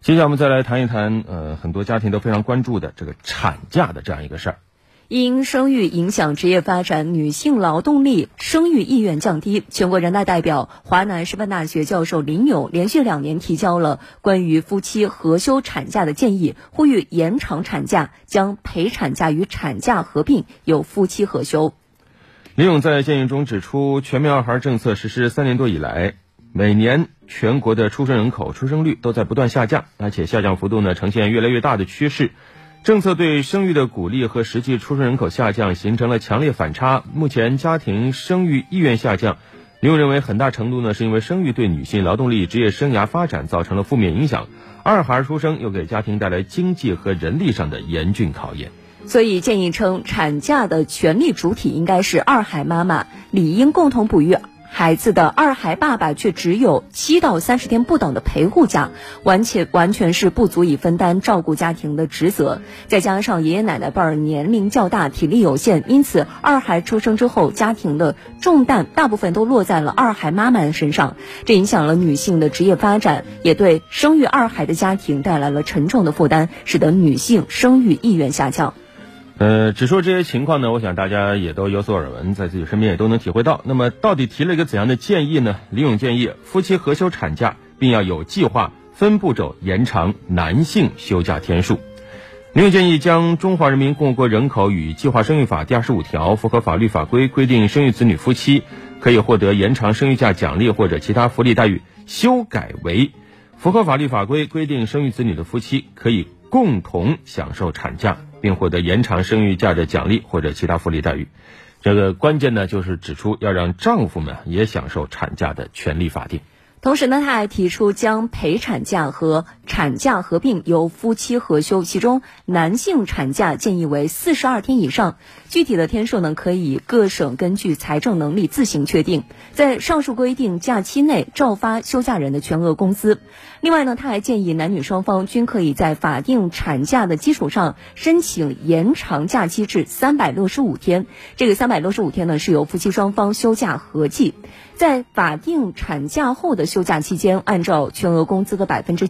接下来我们再来谈一谈，很多家庭都非常关注的这个产假的这样一个事儿。 因生育影响职业发展，女性劳动力生育意愿降低，全国人大代表、华南师范大学教授林勇连续2年提交了关于夫妻合休产假的建议，呼吁延长产假，将陪产假与产假合并，由夫妻合休。 林勇在建议中指出，全面2孩政策实施3年多以来，每年全国的出生人口出生率都在不断下降，而且下降幅度呈现越来越大的趋势。政策对生育的鼓励和实际出生人口下降形成了强烈反差。目前家庭生育意愿下降，林勇认为很大程度是因为生育对女性劳动力职业生涯发展造成了负面影响，2孩出生又给家庭带来经济和人力上的严峻考验。 所以建议称，产假的权利主体应该是2孩妈妈，理应共同哺育孩子的2孩爸爸却只有7到30天不等的陪护假，完全是不足以分担照顾家庭的职责。再加上爷爷奶奶辈儿年龄较大，体力有限，因此2孩出生之后，家庭的重担大部分都落在了2孩妈妈身上，这影响了女性的职业发展，也对生育2孩的家庭带来了沉重的负担，使得女性生育意愿下降。 只说这些情况呢，我想大家也都有所耳闻，在自己身边也都能体会到。那么到底提了一个怎样的建议呢？林勇建议夫妻合休产假，并要有计划分步骤延长男性休假天数。林勇建议将《中华人民共和国人口与计划生育法》第25条符合法律法规规定，生育子女夫妻可以获得延长生育假奖励或者其他福利待遇，修改为符合法律法规规定，生育子女的夫妻可以共同享受产假，并获得延长生育假的奖励或者其他福利待遇。这个关键呢，就是指出要让丈夫们也享受产假的权利法定。 同时呢，他还提出将陪产假和产假合并，由夫妻合休，其中男性产假建议为42天以上，具体的天数呢，可以各省根据财政能力自行确定，在上述规定假期内照发休假人的全额工资。另外呢，他还建议男女双方均可以在法定产假的基础上申请延长假期至365天，这个365天呢，是由夫妻双方休假合计。在法定产假后的休假期间，按照全额工资的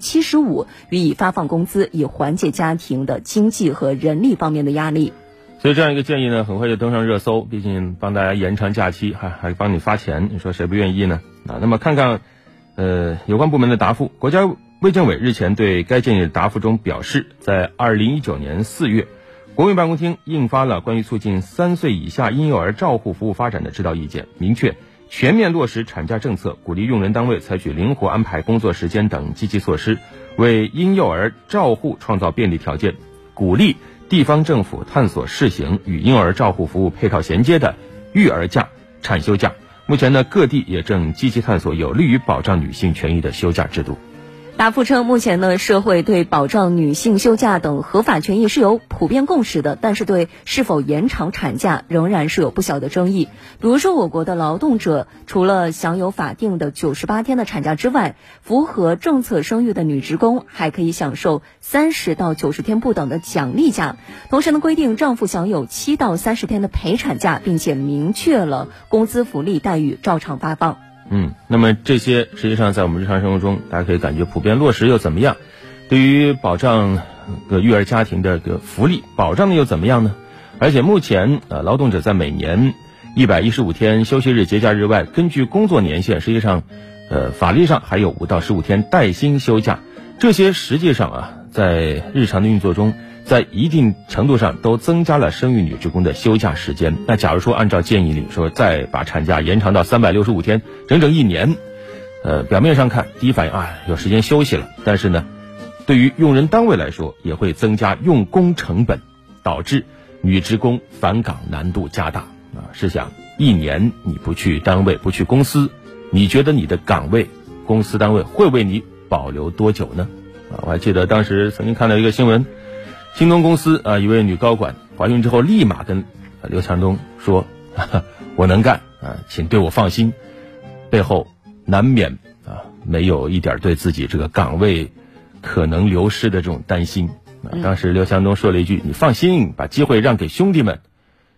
75%予以发放工资，以缓解家庭的经济和人力方面的压力。 所以这样一个建议呢，很快就登上热搜，毕竟帮大家延长假期，还帮你发钱，你说谁不愿意呢？那么看看有关部门的答复。国家卫健委日前对该建议的答复中表示，在2019年4月，国务院办公厅印发了关于促进3岁以下婴幼儿照护服务发展的指导意见，明确全面落实产假政策，鼓励用人单位采取灵活安排工作时间等积极措施，为婴幼儿照护创造便利条件，鼓励地方政府探索试行与婴幼儿照护服务配套衔接的育儿假、产休假。目前呢，各地也正积极探索有利于保障女性权益的休假制度。 答复称，目前呢，社会对保障女性休假等合法权益是有普遍共识的，但是对是否延长产假仍然是有不小的争议。比如说，我国的劳动者除了享有法定的98天的产假之外，符合政策生育的女职工还可以享受30到90天不等的奖励假。同时呢，规定丈夫享有7到30天的陪产假，并且明确了工资福利待遇照常发放。 那么这些实际上在我们日常生活中，大家可以感觉普遍落实又怎么样？对于保障育儿家庭的福利保障的又怎么样呢？而且目前劳动者在每年115天休息日、节假日外，根据工作年限，实际上法律上还有5到15天带薪休假。这些实际上在日常的运作中，在一定程度上都增加了生育女职工的休假时间。那假如说按照建议里说，再把产假延长到365天，整整1年，表面上看第一反应有时间休息了，但是呢，对于用人单位来说，也会增加用工成本，导致女职工返岗难度加大。试想1年你不去单位，不去公司，你觉得你的岗位公司单位会为你保留多久呢？我还记得当时曾经看到一个新闻，京东公司一位女高管怀孕之后，立马跟刘强东说我能干请对我放心，背后难免没有一点对自己这个岗位可能流失的这种担心。当时刘强东说了一句，你放心，把机会让给兄弟们，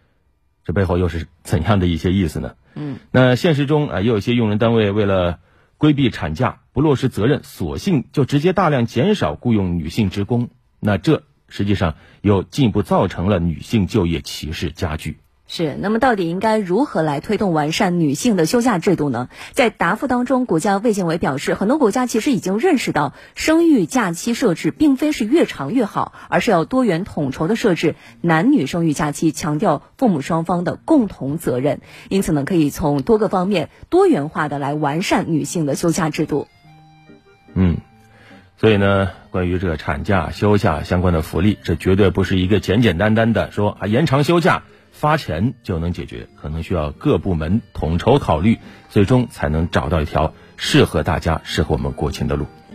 这背后又是怎样的一些意思呢？那现实中也有一些用人单位为了规避产假、不落实责任，索性就直接大量减少雇佣女性职工，那这实际上又进一步造成了女性就业歧视加剧。 是，那么到底应该如何来推动完善女性的休假制度呢？在答复当中，国家卫健委表示，很多国家其实已经认识到，生育假期设置并非是越长越好，而是要多元统筹的设置男女生育假期，强调父母双方的共同责任。因此呢，可以从多个方面多元化的来完善女性的休假制度。 所以呢，关于这个产假、休假相关的福利，这绝对不是一个简简单单的说延长休假发钱就能解决，可能需要各部门统筹考虑，最终才能找到一条适合大家、适合我们国情的路。